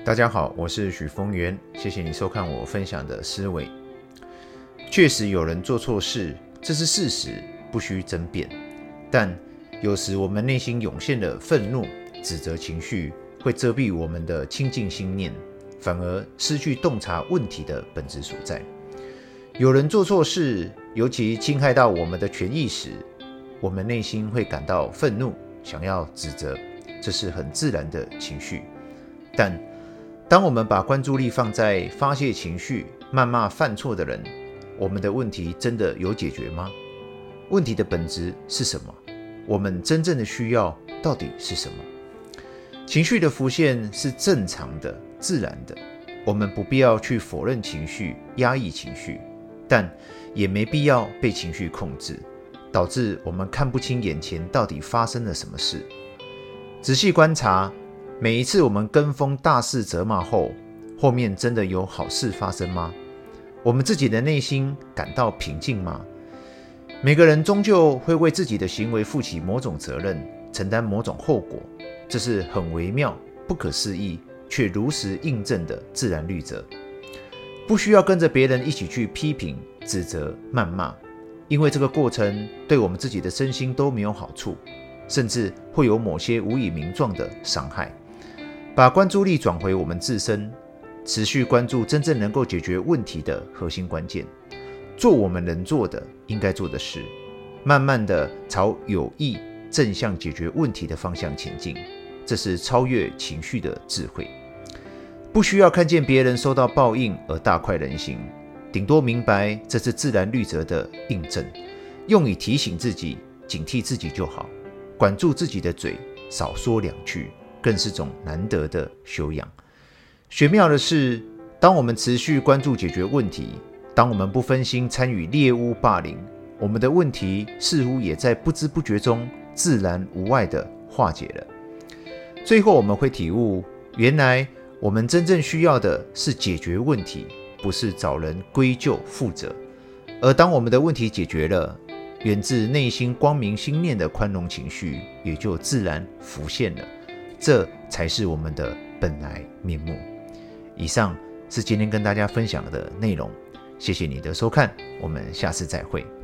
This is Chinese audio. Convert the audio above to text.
大家好，我是许峰源，谢谢你收看我分享的思维。确实有人做错事，这是事实，不需争辩。但有时我们内心涌现的愤怒、指责情绪，会遮蔽我们的清净心念，反而失去洞察问题的本质所在。有人做错事，尤其侵害到我们的权益时，我们内心会感到愤怒，想要指责，这是很自然的情绪。但当我们把关注力放在发泄情绪、谩骂犯错的人，我们的问题真的有解决吗？问题的本质是什么？我们真正的需要到底是什么？情绪的浮现是正常的、自然的，我们不必要去否认情绪、压抑情绪，但也没必要被情绪控制，导致我们看不清眼前到底发生了什么事。仔细观察，每一次我们跟风大肆责骂后，后面真的有好事发生吗？我们自己的内心感到平静吗？每个人终究会为自己的行为负起某种责任，承担某种后果，这是很微妙、不可思议，却如实印证的自然律则。不需要跟着别人一起去批评、指责、谩骂，因为这个过程对我们自己的身心都没有好处，甚至会有某些无以名状的伤害。把关注力转回我们自身，持续关注真正能够解决问题的核心关键，做我们能做的、应该做的事，慢慢的朝有益、正向解决问题的方向前进。这是超越情绪的智慧。不需要看见别人受到报应而大快人心，顶多明白这是自然律则的印证，用以提醒自己、警惕自己就好。管住自己的嘴，少说两句，更是种难得的修养。玄妙的是，当我们持续关注解决问题，当我们不分心参与猎巫霸凌，我们的问题似乎也在不知不觉中自然无碍地化解了。最后我们会体悟，原来我们真正需要的是解决问题，不是找人归咎负责。而当我们的问题解决了，源自内心光明心念的宽容情绪也就自然浮现了，这才是我们的本来面目。以上是今天跟大家分享的内容，谢谢你的收看，我们下次再会。